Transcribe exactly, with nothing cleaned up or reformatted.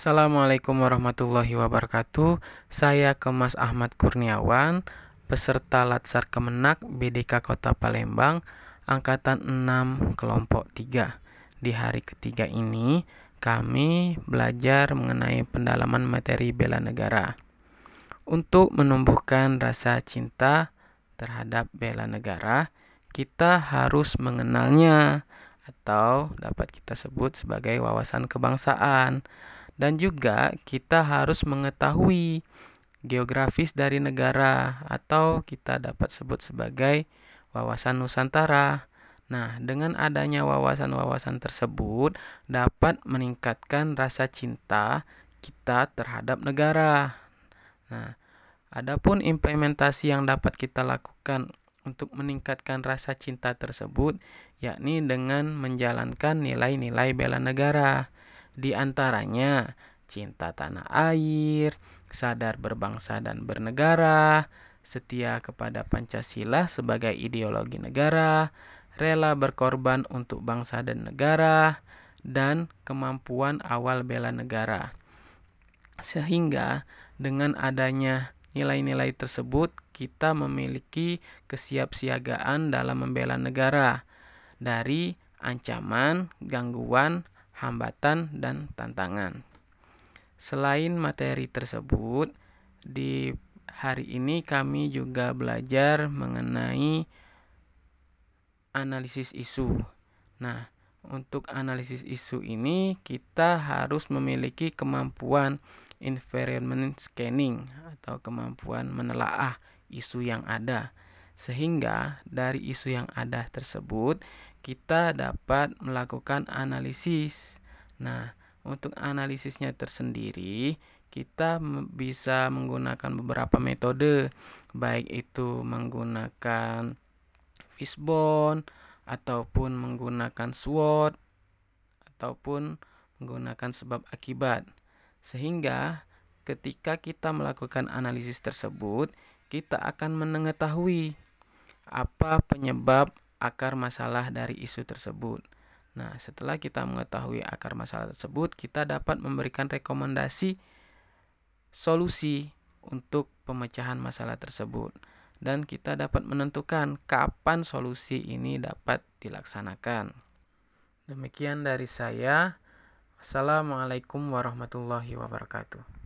Assalamualaikum warahmatullahi wabarakatuh. Saya Kemas Ahmad Kurniawan, peserta Latsar Kemenak B D K Kota Palembang, Angkatan enam Kelompok tiga. Di hari ketiga ini, kami belajar mengenai pendalaman materi bela negara. Untuk menumbuhkan rasa cinta terhadap bela negara, kita harus mengenalnya, atau dapat kita sebut sebagai wawasan kebangsaan. Dan juga kita harus mengetahui geografis dari negara, atau kita dapat sebut sebagai wawasan Nusantara. Nah, dengan adanya wawasan-wawasan tersebut dapat meningkatkan rasa cinta kita terhadap negara. Nah, adapun implementasi yang dapat kita lakukan untuk meningkatkan rasa cinta tersebut, yakni dengan menjalankan nilai-nilai bela negara. Di antaranya, cinta tanah air, sadar berbangsa dan bernegara, setia kepada Pancasila sebagai ideologi negara, rela berkorban untuk bangsa dan negara, dan kemampuan awal bela negara. Sehingga dengan adanya nilai-nilai tersebut, kita memiliki kesiapsiagaan dalam membela negara dari ancaman, gangguan, hambatan, dan tantangan. Selain materi tersebut, di hari ini kami juga belajar mengenai analisis isu. Nah, untuk analisis isu ini kita harus memiliki kemampuan environment scanning atau kemampuan menelaah isu yang ada. Sehingga dari isu yang ada tersebut kita dapat melakukan analisis. Nah, untuk analisisnya tersendiri kita bisa menggunakan beberapa metode, baik itu menggunakan fishbone ataupun menggunakan SWOT ataupun menggunakan sebab akibat. Sehingga ketika kita melakukan analisis tersebut, kita akan mengetahui apa penyebab akar masalah dari isu tersebut. Nah, setelah kita mengetahui akar masalah tersebut, kita dapat memberikan rekomendasi solusi untuk pemecahan masalah tersebut. Dan kita dapat menentukan kapan solusi ini dapat dilaksanakan. Demikian dari saya. Wassalamualaikum warahmatullahi wabarakatuh.